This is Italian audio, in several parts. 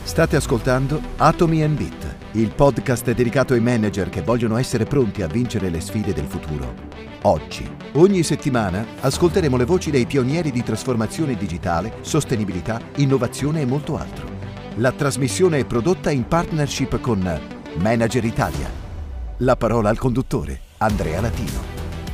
State ascoltando Atomi and Bit, il podcast dedicato ai manager che vogliono essere pronti a vincere le sfide del futuro. Oggi, ogni settimana, ascolteremo le voci dei pionieri di trasformazione digitale, sostenibilità, innovazione e molto altro. La trasmissione è prodotta in partnership con Manager Italia. La parola al conduttore, Andrea Latino.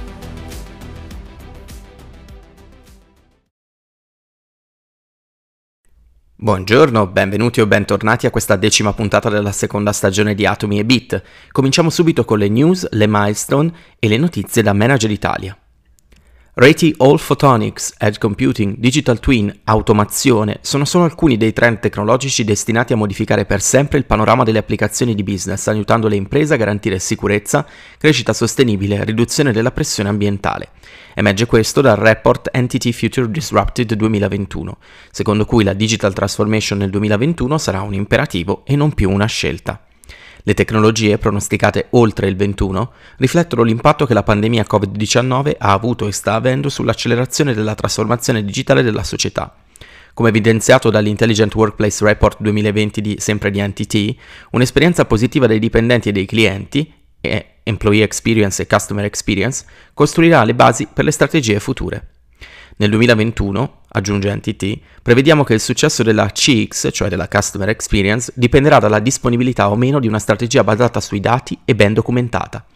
Buongiorno, benvenuti o bentornati a questa 10ª puntata della seconda stagione di Atomi e Bit. Cominciamo subito con le news, le milestone e le notizie da Manager Italia. Reti All Photonics, Edge Computing, Digital Twin, automazione sono solo alcuni dei trend tecnologici destinati a modificare per sempre il panorama delle applicazioni di business, aiutando le imprese a garantire sicurezza, crescita sostenibile e riduzione della pressione ambientale. Emerge questo dal report Entity Future Disrupted 2021, secondo cui la digital transformation nel 2021 sarà un imperativo e non più una scelta. Le tecnologie, pronosticate oltre il 21, riflettono l'impatto che la pandemia Covid-19 ha avuto e sta avendo sull'accelerazione della trasformazione digitale della società. Come evidenziato dall'Intelligent Workplace Report 2020 sempre di NTT, un'esperienza positiva dei dipendenti e dei clienti, Employee Experience e Customer Experience, costruirà le basi per le strategie future. Nel 2021, aggiunge NTT, prevediamo che il successo della CX, cioè della Customer Experience, dipenderà dalla disponibilità o meno di una strategia basata sui dati e ben documentata.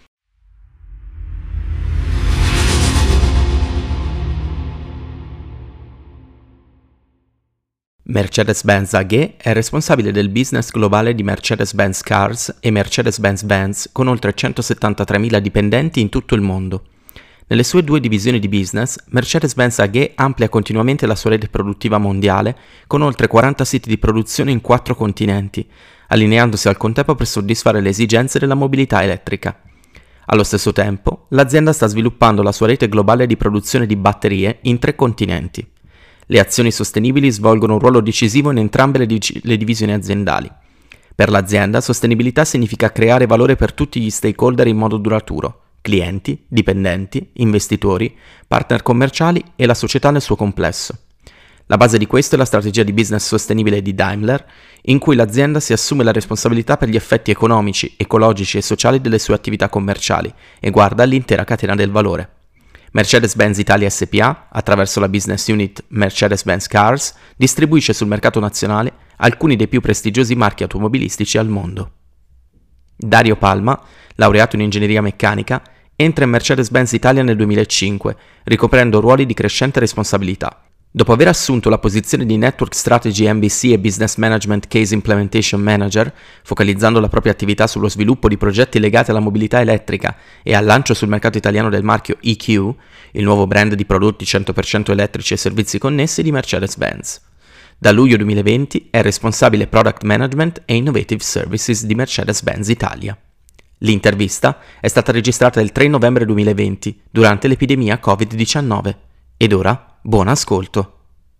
Mercedes-Benz AG è responsabile del business globale di Mercedes-Benz Cars e Mercedes-Benz Benz con oltre 173.000 dipendenti in tutto il mondo. Nelle sue due divisioni di business, Mercedes-Benz AG amplia continuamente la sua rete produttiva mondiale con oltre 40 siti di produzione in 4 continenti, allineandosi al contempo per soddisfare le esigenze della mobilità elettrica. Allo stesso tempo, l'azienda sta sviluppando la sua rete globale di produzione di batterie in 3 continenti. Le azioni sostenibili svolgono un ruolo decisivo in entrambe le divisioni aziendali. Per l'azienda, sostenibilità significa creare valore per tutti gli stakeholder in modo duraturo: clienti, dipendenti, investitori, partner commerciali e la società nel suo complesso. La base di questo è la strategia di business sostenibile di Daimler, in cui l'azienda si assume la responsabilità per gli effetti economici, ecologici e sociali delle sue attività commerciali e guarda l'intera catena del valore. Mercedes-Benz Italia SPA, attraverso la business unit Mercedes-Benz Cars, distribuisce sul mercato nazionale alcuni dei più prestigiosi marchi automobilistici al mondo. Dario Palma, laureato in ingegneria meccanica, entra in Mercedes-Benz Italia nel 2005, ricoprendo ruoli di crescente responsabilità. Dopo aver assunto la posizione di Network Strategy MBC e Business Management Case Implementation Manager, focalizzando la propria attività sullo sviluppo di progetti legati alla mobilità elettrica e al lancio sul mercato italiano del marchio EQ, il nuovo brand di prodotti 100% elettrici e servizi connessi di Mercedes-Benz. Da luglio 2020 è responsabile Product Management e Innovative Services di Mercedes-Benz Italia. L'intervista è stata registrata il 3 novembre 2020, durante l'epidemia Covid-19. Ed ora, buon ascolto!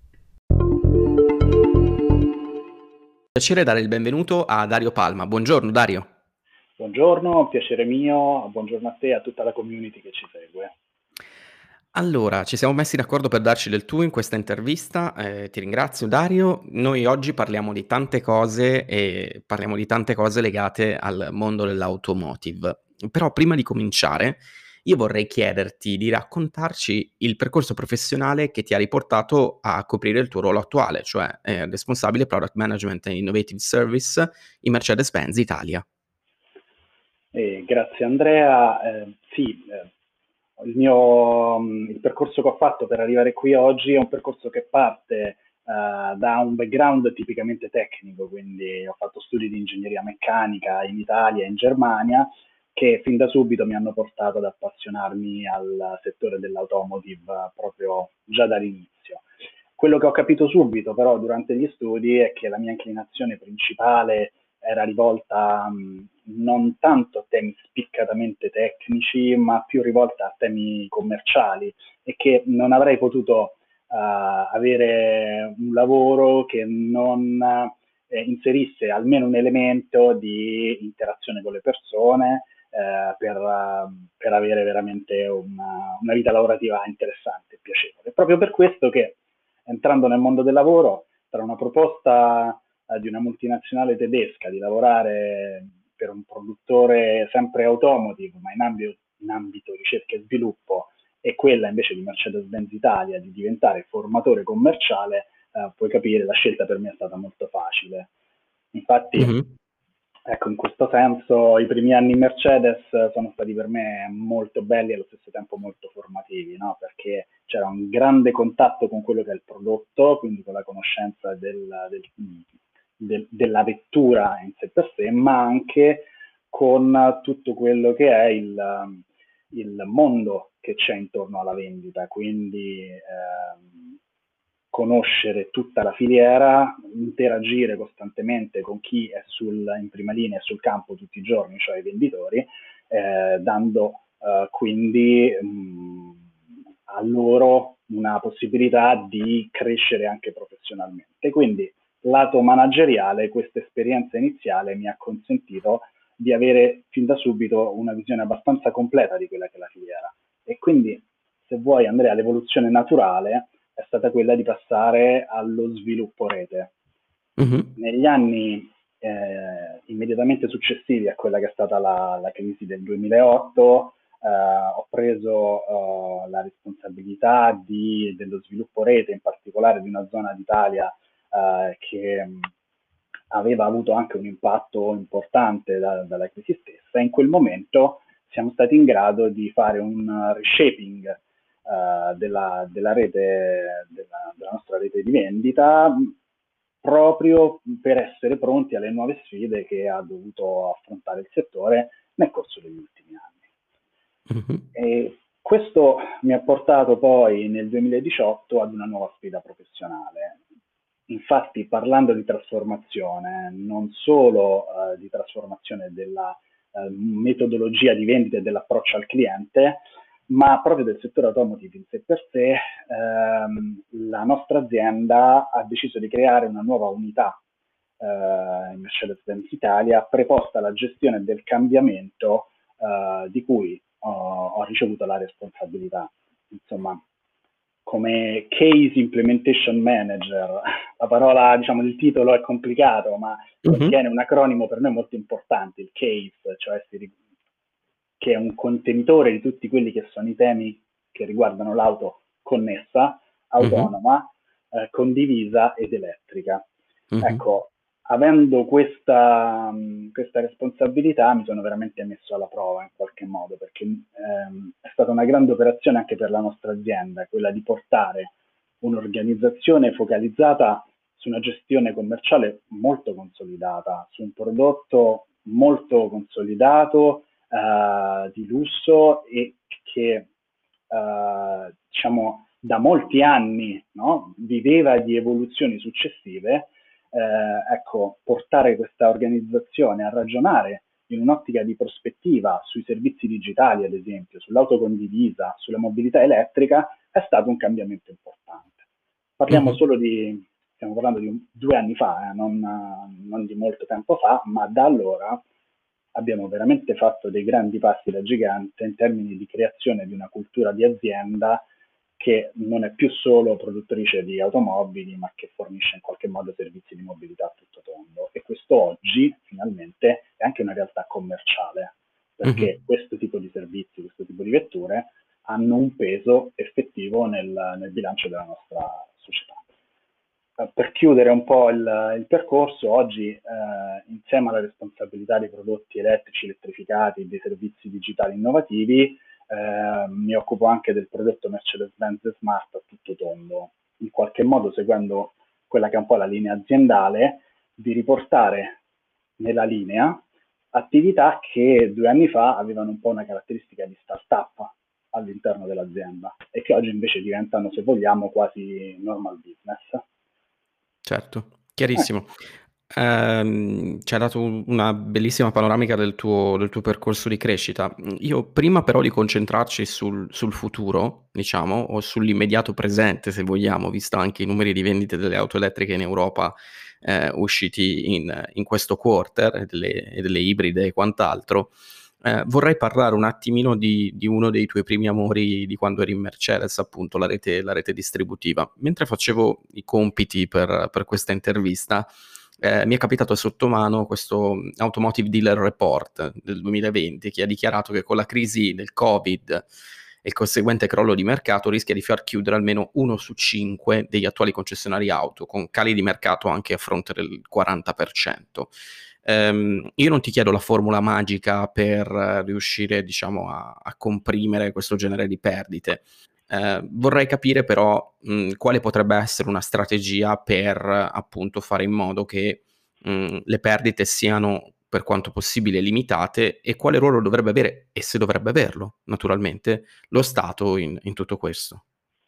Piacere dare il benvenuto a Dario Palma. Buongiorno Dario. Buongiorno, piacere mio, buongiorno a te e a tutta la community che ci segue. Allora, ci siamo messi d'accordo per darci del tu in questa intervista, ti ringrazio Dario. Noi oggi parliamo di tante cose e parliamo di tante cose legate al mondo dell'automotive. Però prima di cominciare, io vorrei chiederti di raccontarci il percorso professionale che ti ha riportato a coprire il tuo ruolo attuale, cioè responsabile Product Management e Innovative Service in Mercedes-Benz Italia. Grazie Andrea. Il percorso che ho fatto per arrivare qui oggi è un percorso che parte da un background tipicamente tecnico, quindi ho fatto studi di ingegneria meccanica in Italia e in Germania, che fin da subito mi hanno portato ad appassionarmi al settore dell'automotive proprio già dall'inizio. Quello che ho capito subito però durante gli studi è che la mia inclinazione principale era rivolta non tanto a temi spiccatamente tecnici, ma più rivolta a temi commerciali, e che non avrei potuto avere un lavoro che non inserisse almeno un elemento di interazione con le persone per avere veramente una vita lavorativa interessante e piacevole. È proprio per questo che, entrando nel mondo del lavoro, tra una proposta di una multinazionale tedesca, di lavorare per un produttore sempre automotive, ma in ambito ricerca e sviluppo, e quella invece di Mercedes-Benz Italia di diventare formatore commerciale, puoi capire, la scelta per me è stata molto facile. Infatti, Mhm. ecco, in questo senso i primi anni in Mercedes sono stati per me molto belli e allo stesso tempo molto formativi, no? Perché c'era un grande contatto con quello che è il prodotto, quindi con la conoscenza della vettura in sé per sé, ma anche con tutto quello che è il mondo che c'è intorno alla vendita, quindi conoscere tutta la filiera, interagire costantemente con chi è in prima linea e sul campo tutti i giorni, cioè i venditori, dando quindi a loro una possibilità di crescere anche professionalmente. Quindi lato manageriale, questa esperienza iniziale mi ha consentito di avere fin da subito una visione abbastanza completa di quella che è la filiera. E quindi, se vuoi, Andrea, l'evoluzione naturale è stata quella di passare allo sviluppo rete. Mhm. Negli anni immediatamente successivi a quella che è stata la crisi del 2008, ho preso la responsabilità dello sviluppo rete, in particolare di una zona d'Italia che aveva avuto anche un impatto importante dalla crisi stessa. In quel momento siamo stati in grado di fare un reshaping della rete, della nostra rete di vendita, proprio per essere pronti alle nuove sfide che ha dovuto affrontare il settore nel corso degli ultimi anni. Mhm. E questo mi ha portato poi nel 2018 ad una nuova sfida professionale. Infatti, parlando di trasformazione, non solo di trasformazione della metodologia di vendita e dell'approccio al cliente, ma proprio del settore automotive in sé per sé, la nostra azienda ha deciso di creare una nuova unità in Mercedes-Benz Italia preposta alla gestione del cambiamento di cui ho ricevuto la responsabilità. Insomma, come Case Implementation Manager, la parola, diciamo, il titolo è complicato, ma Mhm. contiene un acronimo per noi molto importante, il CASE, cioè che è un contenitore di tutti quelli che sono i temi che riguardano l'auto connessa, Mhm. autonoma, condivisa ed elettrica. Mhm. Ecco, avendo questa responsabilità mi sono veramente messo alla prova in qualche modo, perché è stata una grande operazione anche per la nostra azienda, quella di portare un'organizzazione focalizzata su una gestione commerciale molto consolidata, su un prodotto molto consolidato, di lusso e che diciamo da molti anni, no? Viveva di evoluzioni successive. Ecco, portare questa organizzazione a ragionare in un'ottica di prospettiva sui servizi digitali, ad esempio, sull'auto condivisa, sulla mobilità elettrica, è stato un cambiamento importante. Parliamo Mhm. solo stiamo parlando di 2 anni fa, non di molto tempo fa, ma da allora abbiamo veramente fatto dei grandi passi da gigante in termini di creazione di una cultura di azienda che non è più solo produttrice di automobili, ma che fornisce in qualche modo servizi di mobilità a tutto tondo. E questo oggi, finalmente, è anche una realtà commerciale, perché Mhm. questo tipo di servizi, questo tipo di vetture hanno un peso effettivo nel bilancio della nostra società. Per chiudere un po' il percorso, oggi insieme alla responsabilità dei prodotti elettrici, elettrificati e dei servizi digitali innovativi, mi occupo anche del prodotto Mercedes-Benz Smart a tutto tondo, in qualche modo seguendo quella che è un po' la linea aziendale, di riportare nella linea attività che 2 anni fa avevano un po' una caratteristica di start-up all'interno dell'azienda e che oggi invece diventano, se vogliamo, quasi normal business. Certo, Ecco. chiarissimo. Ci hai dato una bellissima panoramica del tuo percorso di crescita. Io prima però di concentrarci sul futuro, diciamo, o sull'immediato presente, se vogliamo, visto anche i numeri di vendite delle auto elettriche in Europa usciti in questo quarter, e delle ibride e quant'altro, vorrei parlare un attimino di uno dei tuoi primi amori di quando eri in Mercedes, appunto la rete distributiva. Mentre facevo i compiti per questa intervista, mi è capitato sotto mano questo Automotive Dealer Report del 2020 che ha dichiarato che con la crisi del Covid e il conseguente crollo di mercato rischia di far chiudere almeno 1 su 5 degli attuali concessionari auto, con cali di mercato anche a fronte del 40%. Io non ti chiedo la formula magica per riuscire, diciamo, a comprimere questo genere di perdite. Vorrei capire però quale potrebbe essere una strategia per appunto fare in modo che le perdite siano per quanto possibile limitate e quale ruolo dovrebbe avere, e se dovrebbe averlo, naturalmente, lo Stato in tutto questo.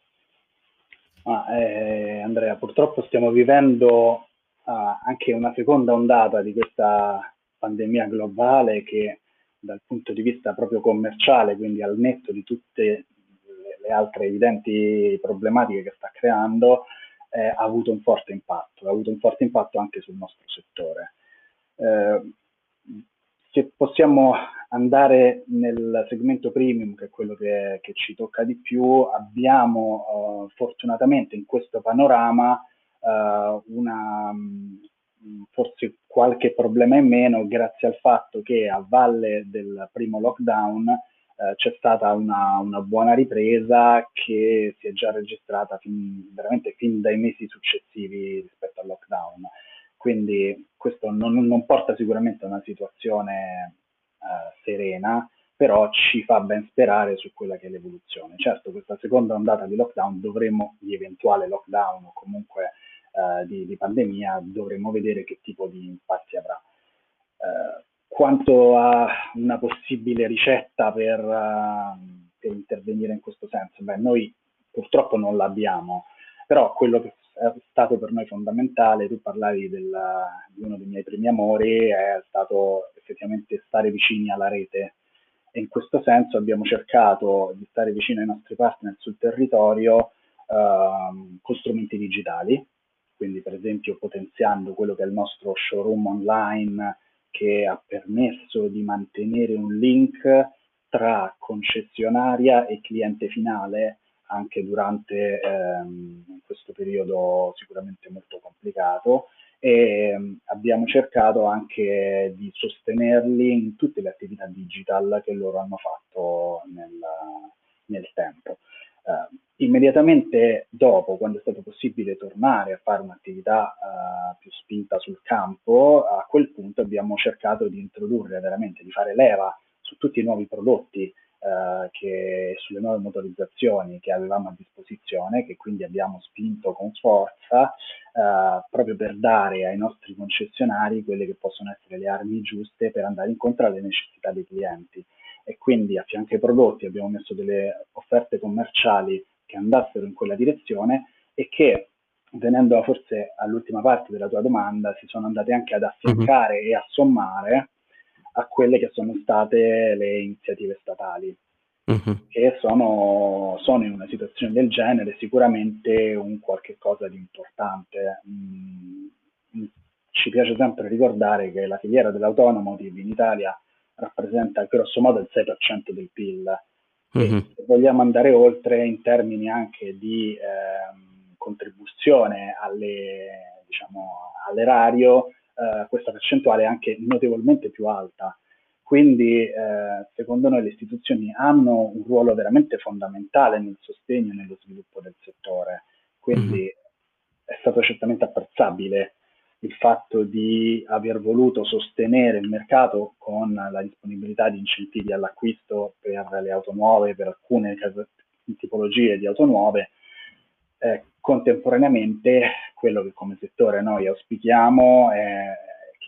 Andrea, purtroppo stiamo vivendo anche una seconda ondata di questa pandemia globale che dal punto di vista proprio commerciale, quindi al netto di tutte le altre evidenti problematiche che sta creando, ha avuto un forte impatto anche sul nostro settore. Se possiamo andare nel segmento premium, che è quello che ci tocca di più, abbiamo fortunatamente in questo panorama forse qualche problema in meno grazie al fatto che a valle del primo lockdown c'è stata una buona ripresa che si è già registrata veramente fin dai mesi successivi rispetto al lockdown. Quindi questo non porta sicuramente a una situazione serena, però ci fa ben sperare su quella che è l'evoluzione. Certo, questa seconda ondata di lockdown di eventuale lockdown o comunque di pandemia, dovremo vedere che tipo di impatti avrà. Quanto a una possibile ricetta per intervenire in questo senso, noi purtroppo non l'abbiamo, però quello che è stato per noi fondamentale, tu parlavi di uno dei miei primi amori, è stato effettivamente stare vicini alla rete, e in questo senso abbiamo cercato di stare vicino ai nostri partner sul territorio con strumenti digitali, quindi per esempio potenziando quello che è il nostro showroom online, che ha permesso di mantenere un link tra concessionaria e cliente finale anche durante questo periodo sicuramente molto complicato, e abbiamo cercato anche di sostenerli in tutte le attività digital che loro hanno fatto nel tempo. Immediatamente dopo, quando è stato possibile tornare a fare un'attività più spinta sul campo, a quel punto abbiamo cercato di introdurre veramente, di fare leva su tutti i nuovi prodotti sulle nuove motorizzazioni che avevamo a disposizione, che quindi abbiamo spinto con forza proprio per dare ai nostri concessionari quelle che possono essere le armi giuste per andare incontro alle necessità dei clienti. E quindi a fianco ai prodotti abbiamo messo delle offerte commerciali che andassero in quella direzione e che, venendo forse all'ultima parte della tua domanda, si sono andate anche ad affiancare e a sommare a quelle che sono state le iniziative statali, che sono in una situazione del genere sicuramente un qualche cosa di importante. Ci piace sempre ricordare che la filiera dell'automotive in Italia rappresenta grosso modo il 6% del PIL, e se vogliamo andare oltre in termini anche di contribuzione all'erario, questa percentuale è anche notevolmente più alta. Quindi secondo noi le istituzioni hanno un ruolo veramente fondamentale nel sostegno e nello sviluppo del settore, quindi è stato certamente apprezzabile il fatto di aver voluto sostenere il mercato con la disponibilità di incentivi all'acquisto per le auto nuove, per alcune tipologie di auto nuove. Contemporaneamente quello che come settore noi auspichiamo è che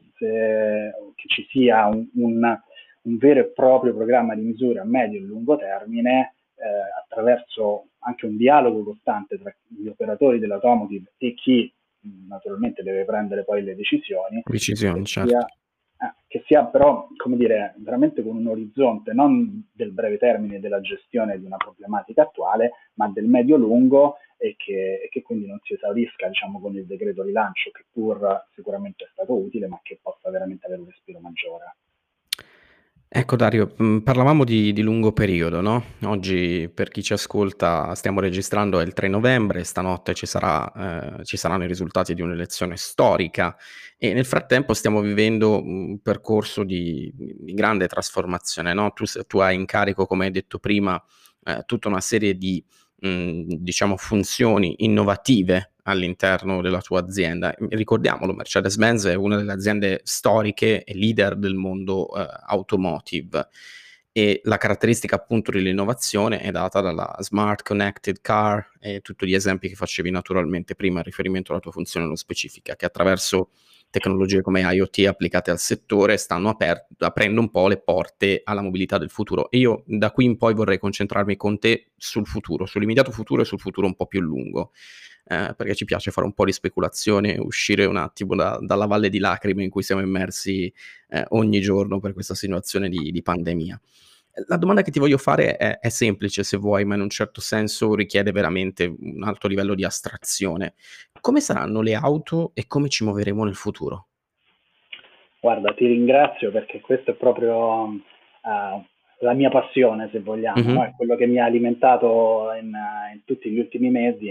ci sia un vero e proprio programma di misure a medio e lungo termine, attraverso anche un dialogo costante tra gli operatori dell'automotive e chi naturalmente deve prendere poi le decisioni, certo. Che sia però, come dire, veramente con un orizzonte non del breve termine della gestione di una problematica attuale, ma del medio-lungo, e che quindi non si esaurisca, diciamo, con il decreto rilancio, che pur sicuramente è stato utile, ma che possa veramente avere un respiro maggiore. Ecco Dario, parlavamo di lungo periodo, no, oggi per chi ci ascolta stiamo registrando è il 3 novembre, stanotte ci saranno i risultati di un'elezione storica e nel frattempo stiamo vivendo un percorso di grande trasformazione, no, tu hai in carico, come hai detto prima, tutta una serie di, diciamo funzioni innovative all'interno della tua azienda. Ricordiamolo, Mercedes-Benz è una delle aziende storiche e leader del mondo, automotive e la caratteristica appunto dell'innovazione è data dalla smart connected car e tutti gli esempi che facevi naturalmente prima in riferimento alla tua funzione nello specifica, che attraverso tecnologie come IoT applicate al settore stanno aprendo un po' le porte alla mobilità del futuro. E io da qui in poi vorrei concentrarmi con te sul futuro, sull'immediato futuro e sul futuro un po' più lungo, perché ci piace fare un po' di speculazione, uscire un attimo dalla valle di lacrime in cui siamo immersi ogni giorno per questa situazione di pandemia. La domanda che ti voglio fare è semplice se vuoi, ma in un certo senso richiede veramente un alto livello di astrazione. Come saranno le auto e come ci muoveremo nel futuro? Guarda, ti ringrazio perché questo è proprio la mia passione, se vogliamo, Mh-mh. no? È quello che mi ha alimentato in tutti gli ultimi mesi,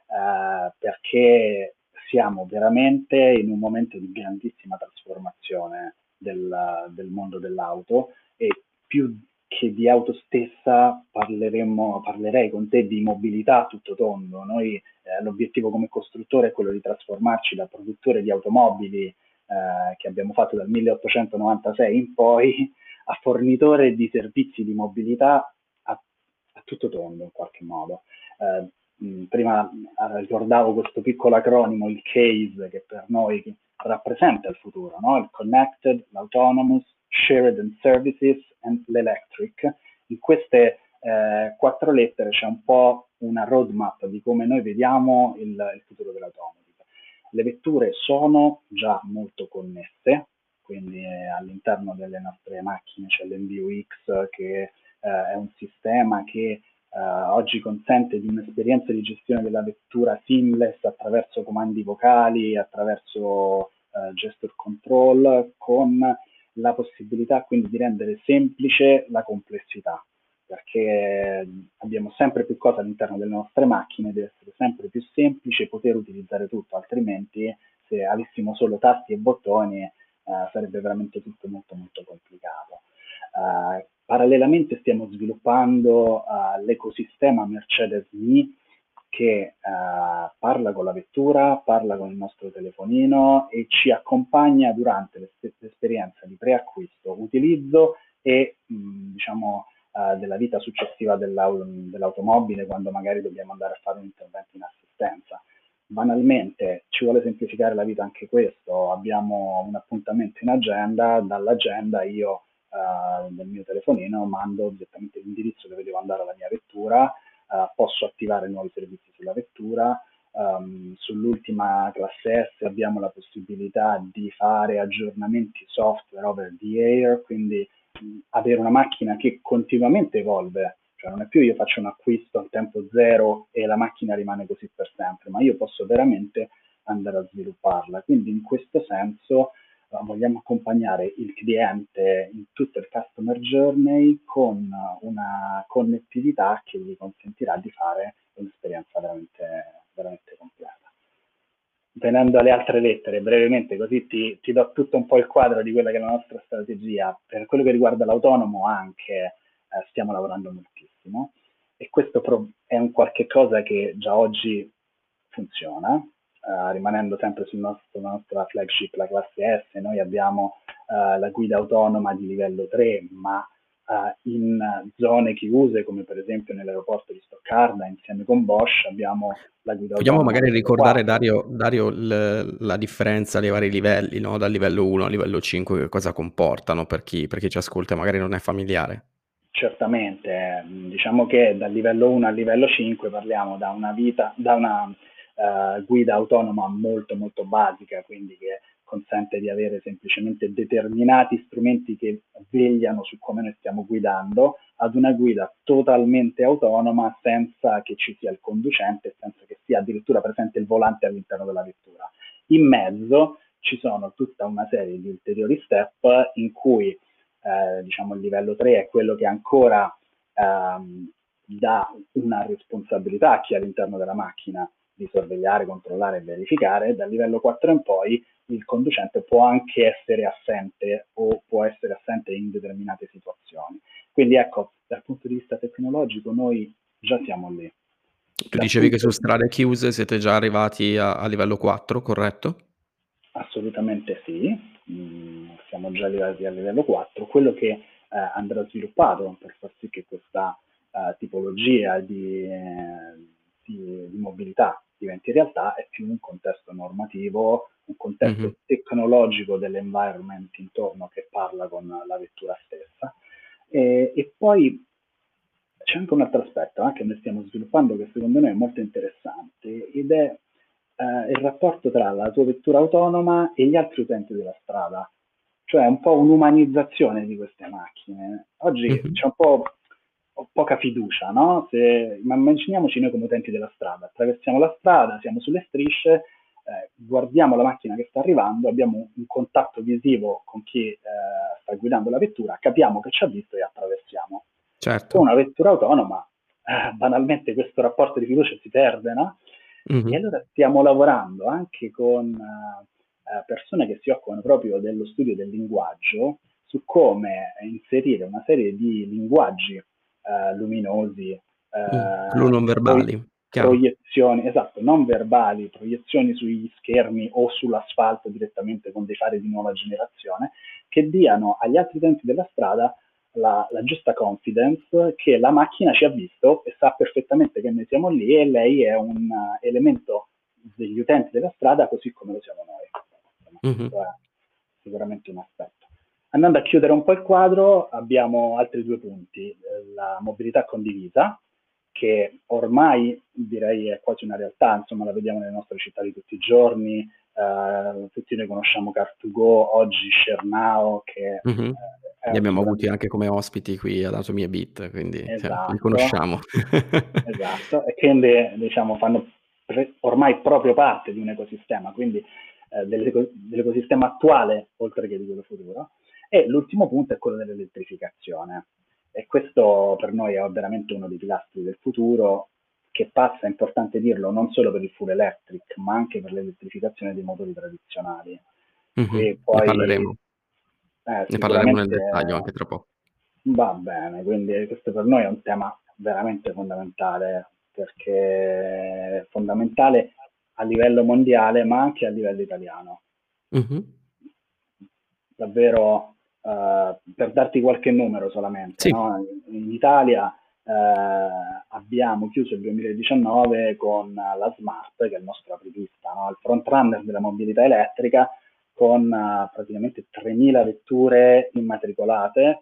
perché siamo veramente in un momento di grandissima trasformazione del mondo dell'auto e più che di auto stessa parlerei con te di mobilità a tutto tondo. Noi, l'obiettivo come costruttore è quello di trasformarci da produttore di automobili che abbiamo fatto dal 1896 in poi a fornitore di servizi di mobilità a tutto tondo in qualche modo. Prima ricordavo questo piccolo acronimo, il CASE, che per noi rappresenta il futuro, no? Il Connected, l'Autonomous, Shared and Services and l'Electric. In queste 4 lettere c'è un po' una roadmap di come noi vediamo il futuro dell'automotive. Le vetture sono già molto connesse, quindi all'interno delle nostre macchine c'è l'MBUX che è un sistema che oggi consente di un'esperienza di gestione della vettura seamless attraverso comandi vocali, attraverso gesture control, con la possibilità quindi di rendere semplice la complessità, perché abbiamo sempre più cose all'interno delle nostre macchine, deve essere sempre più semplice poter utilizzare tutto, altrimenti se avessimo solo tasti e bottoni sarebbe veramente tutto molto molto complicato. Parallelamente stiamo sviluppando l'ecosistema Mercedes Me che parla con la vettura, parla con il nostro telefonino e ci accompagna durante l'esperienza di preacquisto, utilizzo e diciamo della vita successiva dell'automobile quando magari dobbiamo andare a fare un intervento in assistenza. Banalmente ci vuole semplificare la vita anche questo, abbiamo un appuntamento in agenda, dall'agenda io del mio telefonino mando direttamente l'indirizzo dove devo andare alla mia vettura, posso attivare nuovi servizi sulla vettura. Sull'ultima classe S abbiamo la possibilità di fare aggiornamenti software over the air, quindi avere una macchina che continuamente evolve, cioè non è più io faccio un acquisto al tempo zero e la macchina rimane così per sempre, ma io posso veramente andare a svilupparla. Quindi in questo senso vogliamo accompagnare il cliente in tutto il customer journey con una connettività che gli consentirà di fare un'esperienza veramente, veramente completa. Venendo alle altre lettere, brevemente, così ti do tutto un po' il quadro di quella che è la nostra strategia. Per quello che riguarda l'autonomo anche stiamo lavorando moltissimo e questo è un qualche cosa che già oggi funziona, rimanendo sempre sulla nostra flagship, la classe S, noi abbiamo la guida autonoma di livello 3, ma in zone chiuse come per esempio nell'aeroporto di Stoccarda insieme con Bosch abbiamo la guida Vogliamo autonoma a magari livello ricordare 4. Dario la differenza dei vari livelli, no, dal livello 1 al livello 5 che cosa comportano per chi ci ascolta e magari non è familiare? Certamente, diciamo che dal livello 1 al livello 5 parliamo da una guida autonoma molto molto basica, quindi che consente di avere semplicemente determinati strumenti che vegliano su come noi stiamo guidando, ad una guida totalmente autonoma senza che ci sia il conducente, senza che sia addirittura presente il volante all'interno della vettura. In mezzo ci sono tutta una serie di ulteriori step in cui diciamo il livello 3 è quello che ancora dà una responsabilità a chi è all'interno della macchina di sorvegliare, controllare e verificare. Dal livello 4 in poi il conducente può anche essere assente o può essere assente in determinate situazioni. Quindi ecco, dal punto di vista tecnologico noi già siamo lì. Tu dicevi che su strade chiuse siete già arrivati a livello 4, corretto? Assolutamente sì, siamo già arrivati a livello 4. Quello che andrà sviluppato per far sì che questa tipologia di mobilità diventi realtà è più un contesto normativo, un contesto tecnologico dell'environment intorno che parla con la vettura stessa. E poi c'è anche un altro aspetto che noi stiamo sviluppando che secondo noi è molto interessante ed è il rapporto tra la tua vettura autonoma e gli altri utenti della strada, cioè un po' un'umanizzazione di queste macchine. Oggi c'è un po' poca fiducia, no? Ma immaginiamoci noi come utenti della strada, attraversiamo la strada, siamo sulle strisce, guardiamo la macchina che sta arrivando, abbiamo un contatto visivo con chi sta guidando la vettura, capiamo che ci ha visto e attraversiamo. Certo. Con una vettura autonoma, banalmente questo rapporto di fiducia si perde, no? E allora stiamo lavorando anche con persone che si occupano proprio dello studio del linguaggio su come inserire una serie di linguaggi luminosi, Blu non verbali, chiaro. proiezioni, esatto, non verbali, proiezioni sugli schermi o sull'asfalto direttamente con dei fari di nuova generazione, che diano agli altri utenti della strada la giusta confidence che la macchina ci ha visto e sa perfettamente che noi siamo lì e lei è un elemento degli utenti della strada così come lo siamo noi. Questo è sicuramente un aspetto. Andando a chiudere un po' il quadro, abbiamo altri due punti. La mobilità condivisa, che ormai direi è quasi una realtà, insomma la vediamo nelle nostre città di tutti i giorni, tutti noi conosciamo Car2Go, oggi ShareNow, che li abbiamo avuti anche come ospiti qui ad Atomy e Bit, quindi li conosciamo. Esatto, e quindi diciamo fanno ormai proprio parte di un ecosistema, quindi dell'ecosistema attuale oltre che di quello futuro. E l'ultimo punto è quello dell'elettrificazione. E questo per noi è veramente uno dei pilastri del futuro, che passa, è importante dirlo, non solo per il full electric, ma anche per l'elettrificazione dei motori tradizionali. E poi, ne parleremo. Ne parleremo nel dettaglio anche tra poco. Va bene, quindi questo per noi è un tema veramente fondamentale, perché è fondamentale a livello mondiale, ma anche a livello italiano. Davvero, per darti qualche numero solamente, sì. No? In Italia abbiamo chiuso il 2019 con la Smart, che è il nostro apripista, no? Il frontrunner della mobilità elettrica, con praticamente 3.000 vetture immatricolate,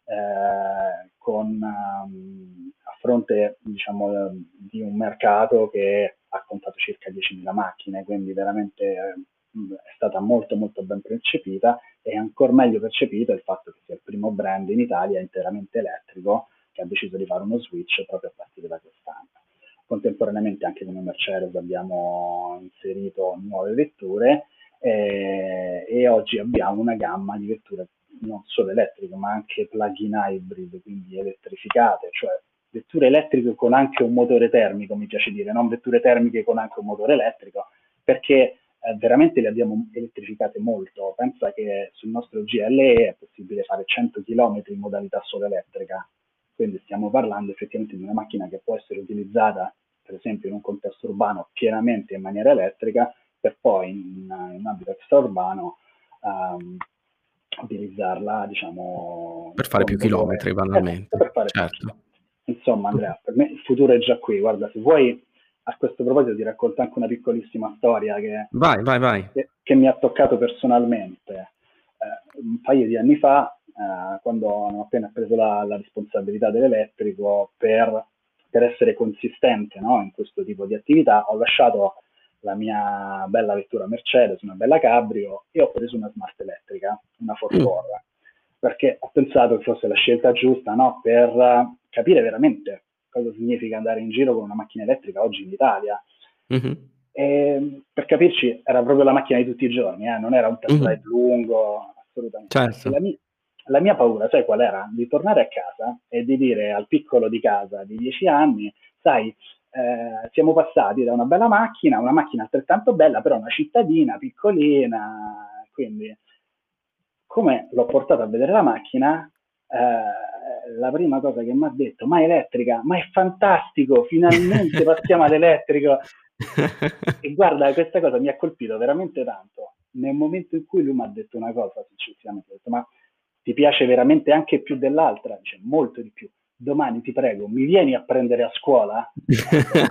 a fronte diciamo, di un mercato che ha contato circa 10.000 macchine, quindi veramente è stata molto molto ben percepita, e ancora meglio percepito il fatto che sia il primo brand in Italia interamente elettrico che ha deciso di fare uno switch proprio a partire da quest'anno. Contemporaneamente anche come Mercedes abbiamo inserito nuove vetture e oggi abbiamo una gamma di vetture non solo elettriche ma anche plug-in hybrid, quindi elettrificate, cioè vetture elettriche con anche un motore termico, mi piace dire, non vetture termiche con anche un motore elettrico, perché veramente le abbiamo elettrificate molto. Pensa che sul nostro GLE è possibile fare 100 km in modalità solo elettrica, quindi stiamo parlando effettivamente di una macchina che può essere utilizzata per esempio in un contesto urbano pienamente in maniera elettrica, per poi in un ambito extraurbano utilizzarla, diciamo, per fare più chilometri banalmente. Per fare certo. più chilometri. Insomma, Andrea, per me il futuro è già qui. Guarda, se vuoi, a questo proposito ti racconto anche una piccolissima storia Vai. Che mi ha toccato personalmente. Un paio di anni fa, quando ho appena preso la responsabilità dell'elettrico, per essere consistente, no, in questo tipo di attività, ho lasciato la mia bella vettura Mercedes, una bella cabrio, e ho preso una smart elettrica, una 4 perché ho pensato che fosse la scelta giusta, no, per capire veramente cosa significa andare in giro con una macchina elettrica oggi in Italia. E per capirci era proprio la macchina di tutti i giorni, non era un test drive lungo, assolutamente. Certo. la mia paura, sai qual era? Di tornare a casa e di dire al piccolo di casa di 10 anni, sai, siamo passati da una bella macchina a una macchina altrettanto bella, però una cittadina piccolina, quindi come l'ho portato a vedere la macchina, la prima cosa che mi ha detto, ma è elettrica, ma è fantastico, finalmente passiamo all'elettrico. E guarda, questa cosa mi ha colpito veramente tanto. Nel momento in cui lui mi ha detto una cosa, successivamente ho detto, ma ti piace veramente anche più dell'altra? Dice, molto di più. Domani ti prego, mi vieni a prendere a scuola? Ecco,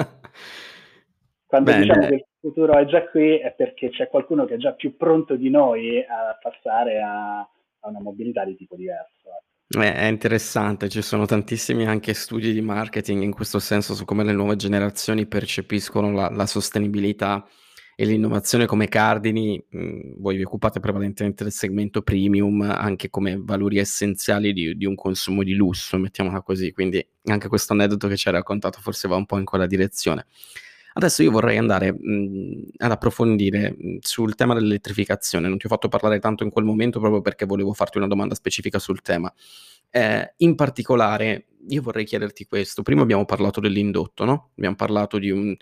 quando diciamo che Bene, il futuro è già qui è perché c'è qualcuno che è già più pronto di noi a passare a una mobilità di tipo diverso. è interessante, ci sono tantissimi anche studi di marketing in questo senso su come le nuove generazioni percepiscono la sostenibilità e l'innovazione come cardini. Voi vi occupate prevalentemente del segmento premium, anche come valori essenziali di un consumo di lusso, mettiamola così, quindi anche questo aneddoto che ci hai raccontato forse va un po' in quella direzione. Adesso io vorrei andare, ad approfondire, sul tema dell'elettrificazione. Non ti ho fatto parlare tanto in quel momento proprio perché volevo farti una domanda specifica sul tema. In particolare io vorrei chiederti questo: prima abbiamo parlato dell'indotto, no, abbiamo parlato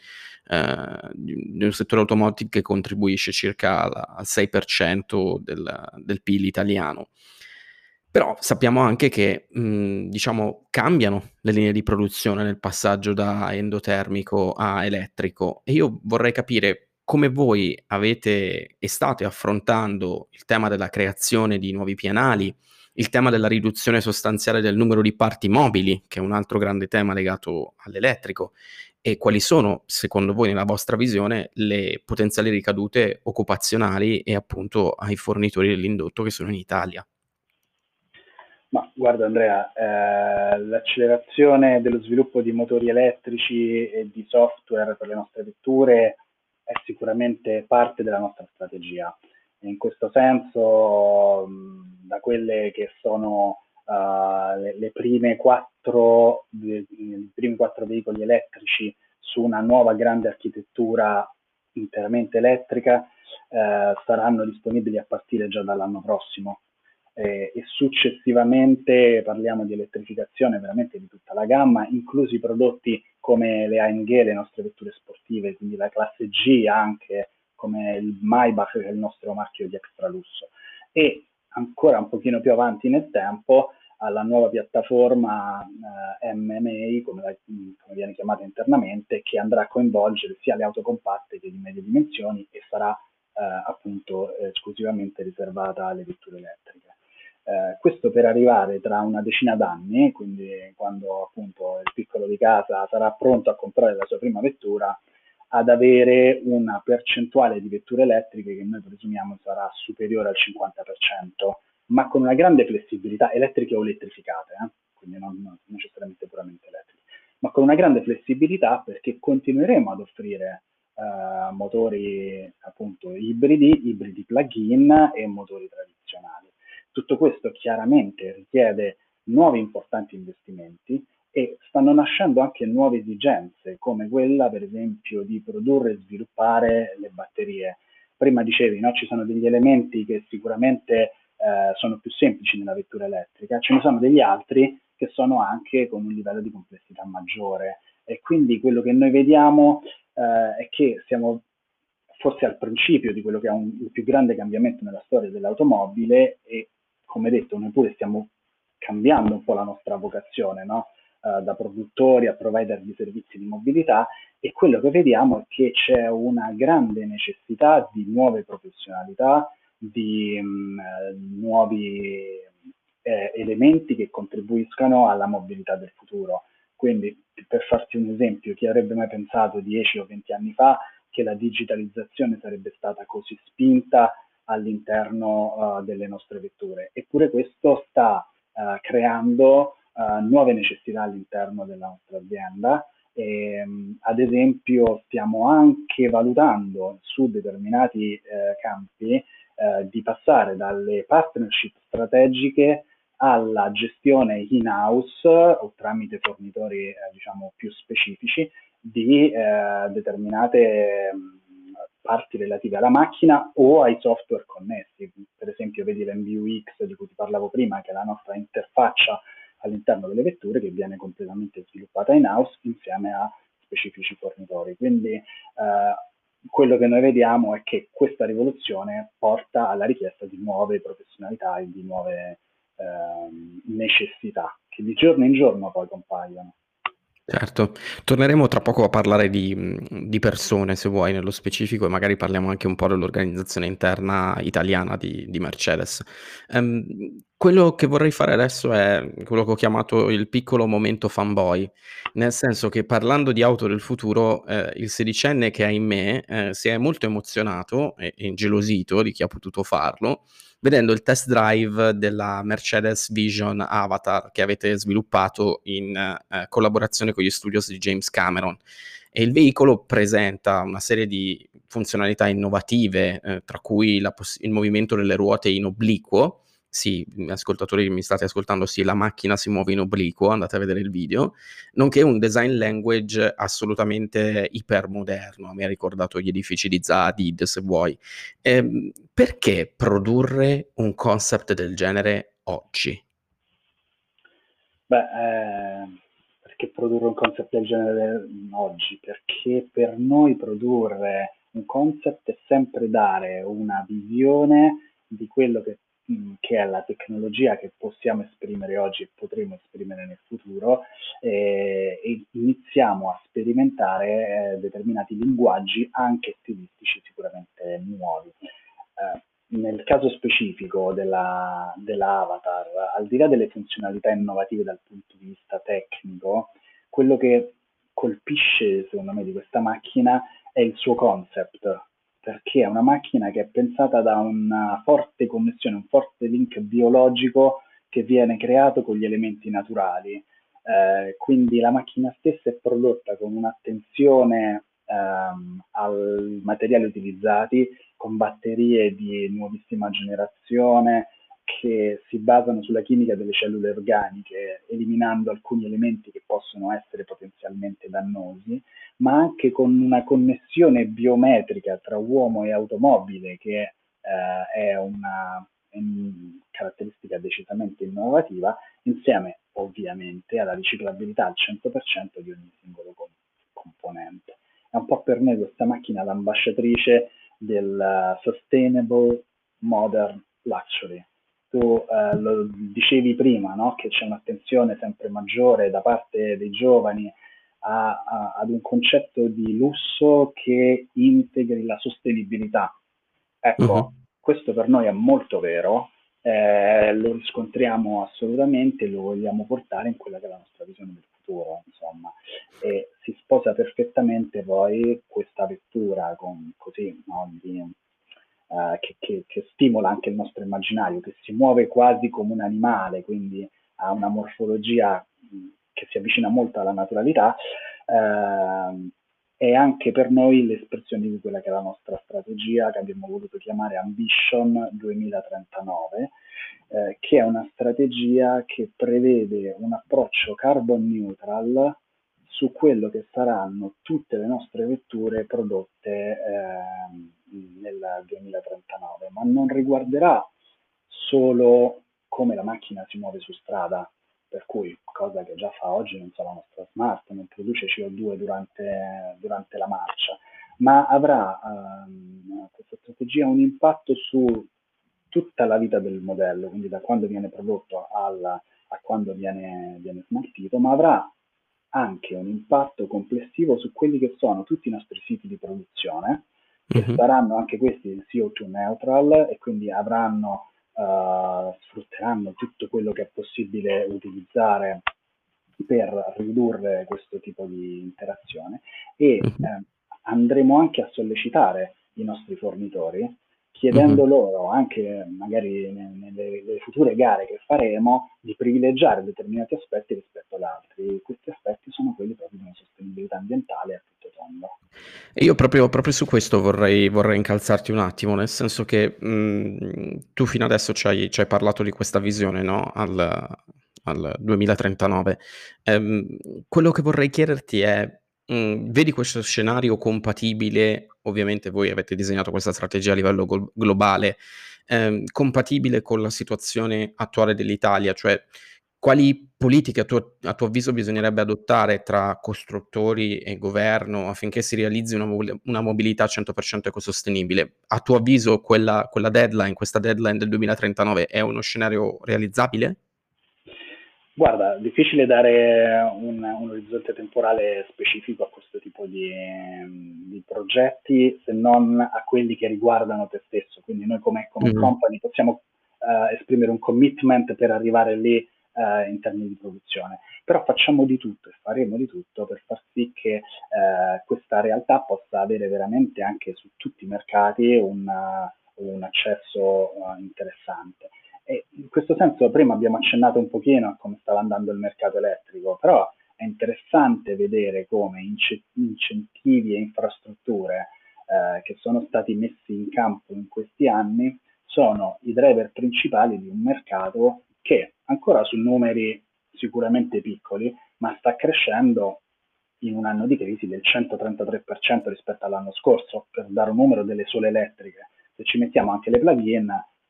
di un settore automotive che contribuisce circa al 6% del PIL italiano. Però sappiamo anche che, diciamo, cambiano le linee di produzione nel passaggio da endotermico a elettrico, e io vorrei capire come voi avete e state affrontando il tema della creazione di nuovi pianali, il tema della riduzione sostanziale del numero di parti mobili, che è un altro grande tema legato all'elettrico, e quali sono, secondo voi, nella vostra visione, le potenziali ricadute occupazionali e appunto ai fornitori dell'indotto che sono in Italia. Ma guarda Andrea, l'accelerazione dello sviluppo di motori elettrici e di software per le nostre vetture è sicuramente parte della nostra strategia. E in questo senso, da quelle che sono le prime i primi 4 veicoli elettrici su una nuova grande architettura interamente elettrica, saranno disponibili a partire già dall'anno prossimo, e successivamente parliamo di elettrificazione veramente di tutta la gamma, inclusi prodotti come le AMG, le nostre vetture sportive, quindi la classe G anche, come il Maybach, che è il nostro marchio di extra lusso. E ancora un pochino più avanti nel tempo, alla nuova piattaforma MMA, come viene chiamata internamente, che andrà a coinvolgere sia le auto compatte che di medie dimensioni e sarà appunto esclusivamente riservata alle vetture elettriche. Questo per arrivare tra una decina d'anni, quindi quando appunto il piccolo di casa sarà pronto a comprare la sua prima vettura, ad avere una percentuale di vetture elettriche che noi presumiamo sarà superiore al 50%, ma con una grande flessibilità, elettriche o elettrificate, quindi non necessariamente puramente elettriche, ma con una grande flessibilità perché continueremo ad offrire motori appunto ibridi plug-in e motori tradizionali. Tutto questo chiaramente richiede nuovi importanti investimenti e stanno nascendo anche nuove esigenze, come quella per esempio di produrre e sviluppare le batterie. Prima dicevi, no? Ci sono degli elementi che sicuramente sono più semplici nella vettura elettrica, ce ne sono degli altri che sono anche con un livello di complessità maggiore, e quindi quello che noi vediamo è che siamo forse al principio di quello che è il più grande cambiamento nella storia dell'automobile e, come detto, noi pure stiamo cambiando un po' la nostra vocazione, no? Da produttori a provider di servizi di mobilità, e quello che vediamo è che c'è una grande necessità di nuove professionalità, di nuovi elementi che contribuiscano alla mobilità del futuro. Quindi, per farti un esempio, chi avrebbe mai pensato 10 o 20 anni fa che la digitalizzazione sarebbe stata così spinta all'interno delle nostre vetture? Eppure questo sta creando nuove necessità all'interno della nostra azienda. Ad esempio stiamo anche valutando su determinati campi di passare dalle partnership strategiche alla gestione in-house o tramite fornitori diciamo più specifici di determinate parti relative alla macchina o ai software connessi. per esempio vedi l'MVUX di cui ti parlavo prima, che è la nostra interfaccia all'interno delle vetture, che viene completamente sviluppata in-house insieme a specifici fornitori. Quindi quello che noi vediamo è che questa rivoluzione porta alla richiesta di nuove professionalità e di nuove necessità che di giorno in giorno poi compaiono. Certo, torneremo tra poco a parlare di persone, se vuoi, nello specifico, e magari parliamo anche un po' dell'organizzazione interna italiana di Mercedes. Quello che vorrei fare adesso è quello che ho chiamato il piccolo momento fanboy, nel senso che parlando di auto del futuro, il sedicenne che è in me, si è molto emozionato e ingelosito di chi ha potuto farlo, vedendo il test drive della Mercedes Vision Avatar che avete sviluppato in collaborazione con gli studios di James Cameron. E il veicolo presenta una serie di funzionalità innovative, tra cui il movimento delle ruote in obliquo. Sì, ascoltatori che mi state ascoltando, sì, la macchina si muove in obliquo, andate a vedere il video, nonché un design language assolutamente ipermoderno, mi ha ricordato gli edifici di Zaha Hadid, se vuoi. Perché produrre un concept del genere oggi? Perché produrre un concept del genere oggi? Perché per noi produrre un concept è sempre dare una visione di quello che è la tecnologia che possiamo esprimere oggi e potremo esprimere nel futuro, e iniziamo a sperimentare determinati linguaggi anche stilistici sicuramente nuovi. Nel caso specifico della Avatar, al di là delle funzionalità innovative dal punto di vista tecnico, quello che colpisce secondo me di questa macchina è il suo concept, perché è una macchina che è pensata da una forte connessione, un forte link biologico che viene creato con gli elementi naturali. Quindi la macchina stessa è prodotta con un'attenzione ai materiali utilizzati, con batterie di nuovissima generazione che si basano sulla chimica delle cellule organiche, eliminando alcuni elementi che possono essere potenzialmente dannosi, ma anche con una connessione biometrica tra uomo e automobile che è una caratteristica decisamente innovativa, insieme ovviamente alla riciclabilità al 100% di ogni singolo componente. È un po' per noi questa macchina l'ambasciatrice del Sustainable Modern Luxury. Tu lo dicevi prima, no? Che c'è un'attenzione sempre maggiore da parte dei giovani ad un concetto di lusso che integri la sostenibilità. Ecco, questo per noi è molto vero, lo riscontriamo assolutamente, lo vogliamo portare in quella che è la nostra visione del futuro, insomma, e si sposa perfettamente poi questa vettura così, no, che stimola anche il nostro immaginario, che si muove quasi come un animale, quindi ha una morfologia che si avvicina molto alla naturalità, è anche per noi l'espressione di quella che è la nostra strategia, che abbiamo voluto chiamare Ambition 2039, che è una strategia che prevede un approccio carbon neutral su quello che saranno tutte le nostre vetture prodotte nel 2039, ma non riguarderà solo come la macchina si muove su strada, per cui cosa che già fa oggi, non so, la nostra Smart non produce CO2 durante la marcia, ma avrà questa strategia un impatto su tutta la vita del modello, quindi da quando viene prodotto a quando viene smaltito, ma avrà anche un impatto complessivo su quelli che sono tutti i nostri siti di produzione, che saranno anche questi CO2 neutral e quindi sfrutteranno tutto quello che è possibile utilizzare per ridurre questo tipo di interazione, e andremo anche a sollecitare i nostri fornitori chiedendo loro anche magari nelle future gare che faremo di privilegiare determinati aspetti rispetto ad altri. Questi aspetti sono quelli proprio di una sostenibilità ambientale a tutto tondo. E io proprio su questo vorrei incalzarti un attimo, nel senso che tu fino adesso ci hai parlato di questa visione, no? Al 2039. Quello che vorrei chiederti è, vedi questo scenario compatibile? Ovviamente voi avete disegnato questa strategia a livello globale, compatibile con la situazione attuale dell'Italia? Cioè, quali politiche a tuo avviso bisognerebbe adottare tra costruttori e governo affinché si realizzi una mobilità 100% ecosostenibile? A tuo avviso questa deadline del 2039 è uno scenario realizzabile? Guarda, difficile dare un orizzonte temporale specifico a questo tipo di progetti, se non a quelli che riguardano te stesso. Quindi noi come Mh-mh. company possiamo esprimere un commitment per arrivare lì in termini di produzione, però facciamo di tutto e faremo di tutto per far sì che questa realtà possa avere veramente anche su tutti i mercati un accesso interessante. E in questo senso prima abbiamo accennato un pochino a come stava andando il mercato elettrico, però è interessante vedere come incentivi e infrastrutture che sono stati messi in campo in questi anni sono i driver principali di un mercato che ancora su numeri sicuramente piccoli, ma sta crescendo in un anno di crisi del 133% rispetto all'anno scorso, per dare un numero delle sole elettriche. Se ci mettiamo anche le plug-in,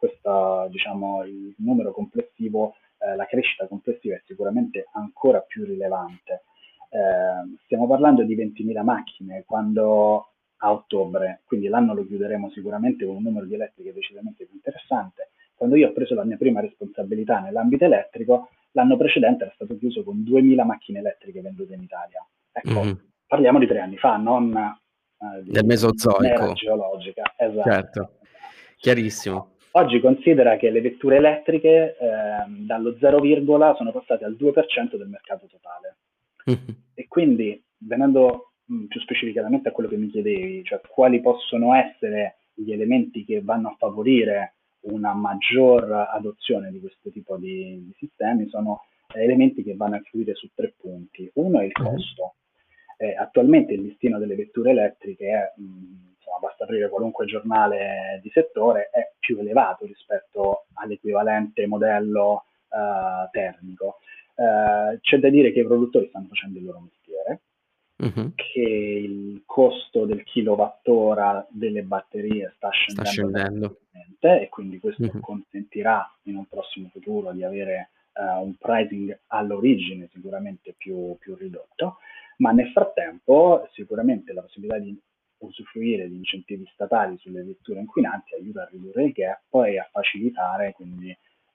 diciamo, il numero complessivo, la crescita complessiva è sicuramente ancora più rilevante. Stiamo parlando di 20.000 macchine, quando a ottobre, quindi l'anno lo chiuderemo sicuramente con un numero di elettriche decisamente più interessante. Quando io ho preso la mia prima responsabilità nell'ambito elettrico, l'anno precedente era stato chiuso con 2.000 macchine elettriche vendute in Italia. Ecco, Mh-mh. parliamo di 3 anni fa, non Del di un'era Mesozoico. geologica. Esatto. Certo, chiarissimo. Oggi considera che le vetture elettriche dallo 0, sono passate al 2% del mercato totale. Mh-mh. E quindi, venendo più specificatamente a quello che mi chiedevi, cioè quali possono essere gli elementi che vanno a favorire una maggior adozione di questo tipo di sistemi, sono elementi che vanno a influire su 3 punti. Uno è il Mh-mh. costo. Attualmente il listino delle vetture elettriche è, insomma, basta aprire qualunque giornale di settore, è più elevato rispetto all'equivalente modello termico. C'è da dire che i produttori stanno facendo il loro mestiere, Mh-mh. che il costo del kilowattora delle batterie sta Sta scendendo scendendo. drastichemente e quindi questo Mh-mh. consentirà in un prossimo futuro di avere un pricing all'origine sicuramente più ridotto, ma nel frattempo sicuramente la possibilità di usufruire di incentivi statali sulle vetture inquinanti aiuta a ridurre il gap e a facilitare quindi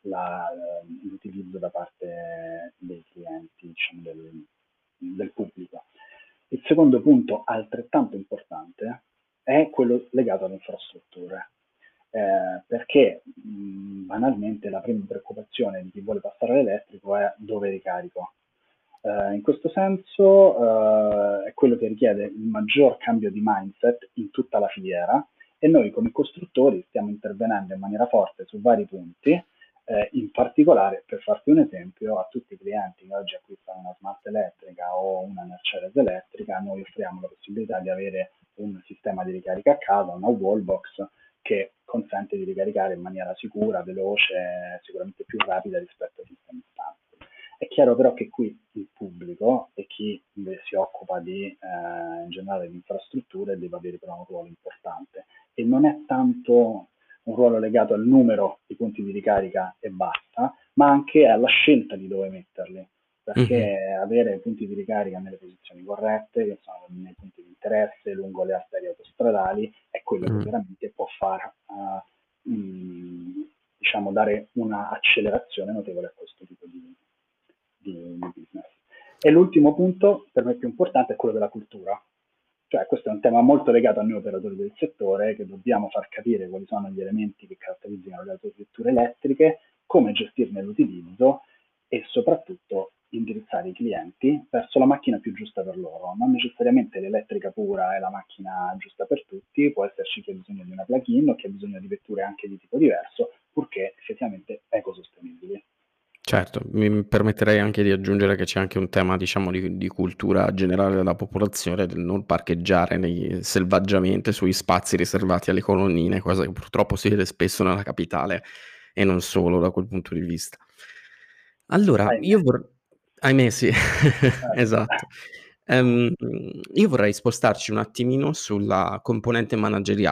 l'utilizzo da parte dei clienti, diciamo, del pubblico. Il secondo punto altrettanto importante è quello legato alle infrastrutture, perché banalmente la prima preoccupazione di chi vuole passare all'elettrico è dove ricarico. In questo senso è quello che richiede il maggior cambio di mindset in tutta la filiera e noi come costruttori stiamo intervenendo in maniera forte su vari punti, in particolare, per farti un esempio, a tutti i clienti che oggi acquistano una smart elettrica o una Mercedes elettrica, noi offriamo la possibilità di avere un sistema di ricarica a casa, una wallbox, che consente di ricaricare in maniera sicura, veloce, sicuramente più rapida rispetto ai sistemi standard. È chiaro però che qui il pubblico e chi invece si occupa in generale di infrastrutture deve avere però un ruolo importante e non è tanto un ruolo legato al numero di punti di ricarica e basta, ma anche alla scelta di dove metterli, Mh-mh. perché avere punti di ricarica nelle posizioni corrette, che sono nei punti di interesse, lungo le arterie autostradali, è quello che Mh. veramente può far, diciamo, dare una accelerazione notevole a questo tipo di business. E l'ultimo punto, per me più importante, è quello della cultura. Cioè, questo è un tema molto legato a noi operatori del settore, che dobbiamo far capire quali sono gli elementi che caratterizzano le autovetture elettriche, come gestirne l'utilizzo e soprattutto indirizzare i clienti verso la macchina più giusta per loro. Non necessariamente l'elettrica pura è la macchina giusta per tutti, può esserci chi ha bisogno di una plug-in o chi ha bisogno di vetture anche di tipo diverso, purché effettivamente ecosostenibili. Certo, mi permetterei anche di aggiungere che c'è anche un tema, diciamo, di cultura generale della popolazione, del non parcheggiare selvaggiamente sui spazi riservati alle colonnine, cosa che purtroppo si vede spesso nella capitale e non solo da quel punto di vista. Allora, Ahimè. ahimè sì, Ecco. esatto. Io vorrei spostarci un attimino sulla componente manageriale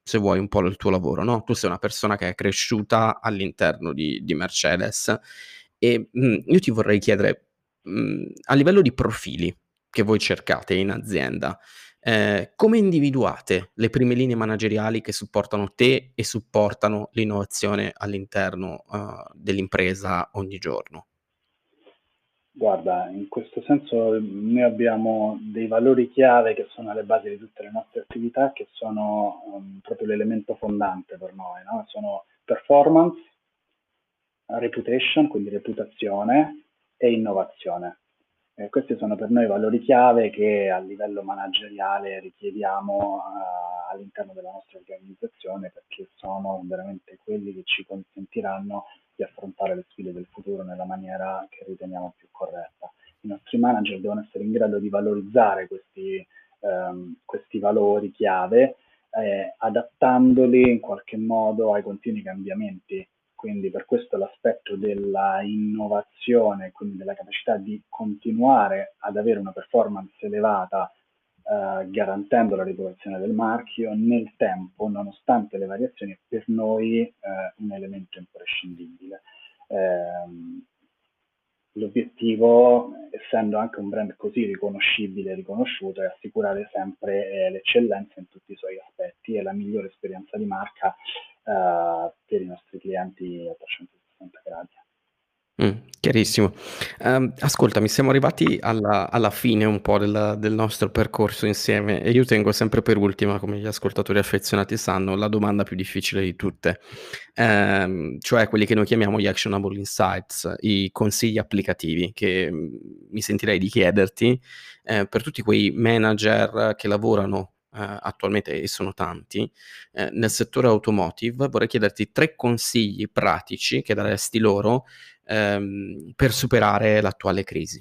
se vuoi, un po' il tuo lavoro, no? Tu sei una persona che è cresciuta all'interno di Mercedes e io ti vorrei chiedere, a livello di profili che voi cercate in azienda, come individuate le prime linee manageriali che supportano te e supportano l'innovazione all'interno, dell'impresa ogni giorno? Guarda, in questo senso noi abbiamo dei valori chiave che sono alle basi di tutte le nostre attività, che sono proprio l'elemento fondante per noi, no? Sono performance, reputation, quindi reputazione, e innovazione. Questi sono per noi valori chiave che a livello manageriale richiediamo all'interno della nostra organizzazione, perché sono veramente quelli che ci consentiranno di affrontare le sfide del futuro nella maniera che riteniamo più corretta. I nostri manager devono essere in grado di valorizzare questi valori chiave, adattandoli in qualche modo ai continui cambiamenti. Quindi per questo l'aspetto della innovazione, quindi della capacità di continuare ad avere una performance elevata, garantendo la reputazione del marchio nel tempo, nonostante le variazioni, è per noi un elemento imprescindibile. L'obiettivo, essendo anche un brand così riconoscibile e riconosciuto, è assicurare sempre l'eccellenza in tutti i suoi aspetti e la migliore esperienza di marca per i nostri clienti a 360 gradi. Chiarissimo. Ascoltami, siamo arrivati alla fine un po' del nostro percorso insieme e io tengo sempre per ultima, come gli ascoltatori affezionati sanno, la domanda più difficile di tutte, cioè quelli che noi chiamiamo gli actionable insights, i consigli applicativi che, mi sentirei di chiederti, per tutti quei manager che lavorano, attualmente e sono tanti, nel settore automotive, vorrei chiederti 3 consigli pratici che daresti loro per superare l'attuale crisi.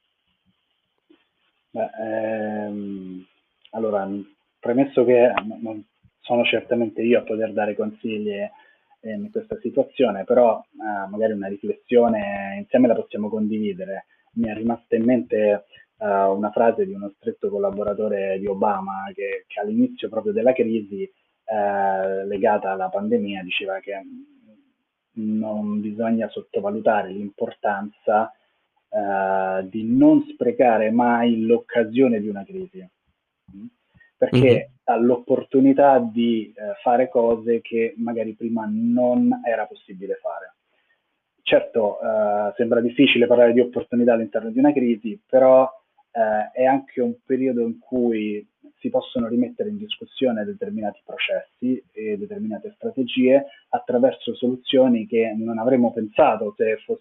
Beh, allora, premesso che non sono certamente io a poter dare consigli in questa situazione, però magari una riflessione insieme la possiamo condividere. Mi è rimasta in mente una frase di uno stretto collaboratore di Obama che all'inizio proprio della crisi legata alla pandemia diceva che non bisogna sottovalutare l'importanza di non sprecare mai l'occasione di una crisi, perché ha l'opportunità di fare cose che magari prima non era possibile fare. Certo, sembra difficile parlare di opportunità all'interno di una crisi, però è anche un periodo in cui si possono rimettere in discussione determinati processi e determinate strategie attraverso soluzioni che non avremmo pensato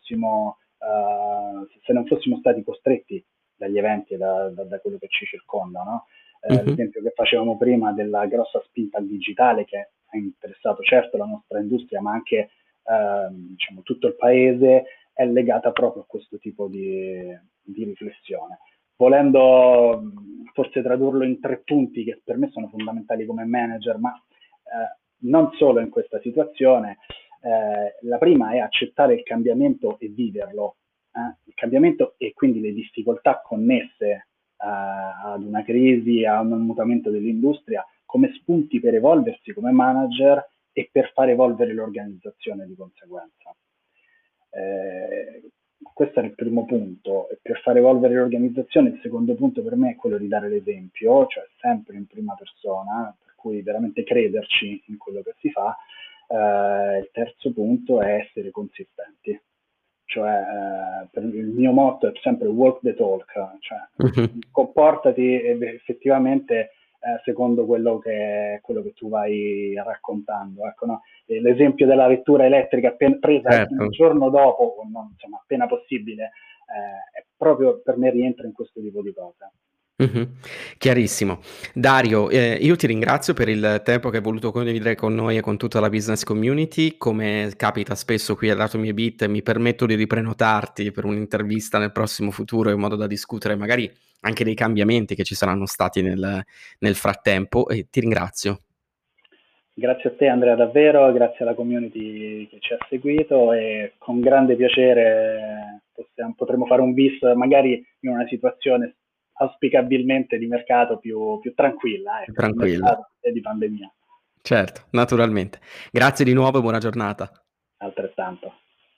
se non fossimo stati costretti dagli eventi e da quello che ci circonda, no? L'esempio che facevamo prima della grossa spinta al digitale che ha interessato certo la nostra industria, ma anche diciamo, tutto il paese, è legata proprio a questo tipo di riflessione. Volendo forse tradurlo in 3 punti che per me sono fondamentali come manager, ma non solo in questa situazione. La prima è accettare il cambiamento e viverlo. Il cambiamento e quindi le difficoltà connesse ad una crisi, a un mutamento dell'industria, come spunti per evolversi come manager e per far evolvere l'organizzazione di conseguenza. Questo è il primo punto. E per far evolvere l'organizzazione, il secondo punto per me è quello di dare l'esempio, cioè sempre in prima persona, per cui veramente crederci in quello che si fa. Il terzo punto è essere consistenti. Cioè, il mio motto è sempre walk the talk, cioè comportati effettivamente secondo quello che tu vai raccontando. Ecco, no? L'esempio della vettura elettrica presa il giorno dopo, o no, insomma, appena possibile, è proprio per me rientra in questo tipo di cose. Chiarissimo. Dario, io ti ringrazio per il tempo che hai voluto condividere con noi e con tutta la business community. Come capita spesso qui all'Atomy Beat, mi permetto di riprenotarti per un'intervista nel prossimo futuro in modo da discutere magari anche dei cambiamenti che ci saranno stati nel frattempo e ti ringrazio. Grazie a te Andrea davvero, grazie alla community che ci ha seguito e con grande piacere potremo fare un bis magari in una situazione auspicabilmente di mercato più tranquilla, ecco, Tranquilla. di mercato e di pandemia. Certo, naturalmente. Grazie di nuovo e buona giornata. Altrettanto.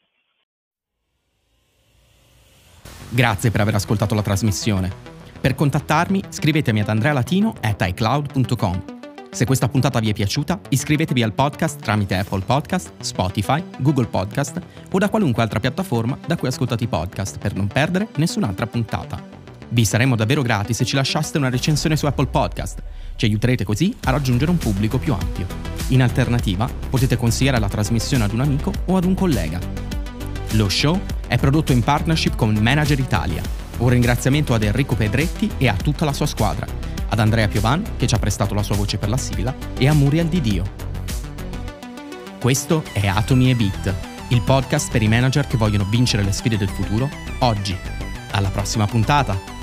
Grazie per aver ascoltato la trasmissione. Per contattarmi scrivetemi ad andrealatino@icloud.com. Se questa puntata vi è piaciuta, iscrivetevi al podcast tramite Apple Podcast, Spotify, Google Podcast o da qualunque altra piattaforma da cui ascoltate i podcast per non perdere nessun'altra puntata. Vi saremmo davvero grati se ci lasciaste una recensione su Apple Podcast. Ci aiuterete così a raggiungere un pubblico più ampio. In alternativa, potete consigliare la trasmissione ad un amico o ad un collega. Lo show è prodotto in partnership con Manager Italia. Un ringraziamento ad Enrico Pedretti e a tutta la sua squadra, ad Andrea Piovan, che ci ha prestato la sua voce per la sigla, e a Muriel Di Dio. Questo è Atomi e Bit, il podcast per i manager che vogliono vincere le sfide del futuro oggi. Alla prossima puntata!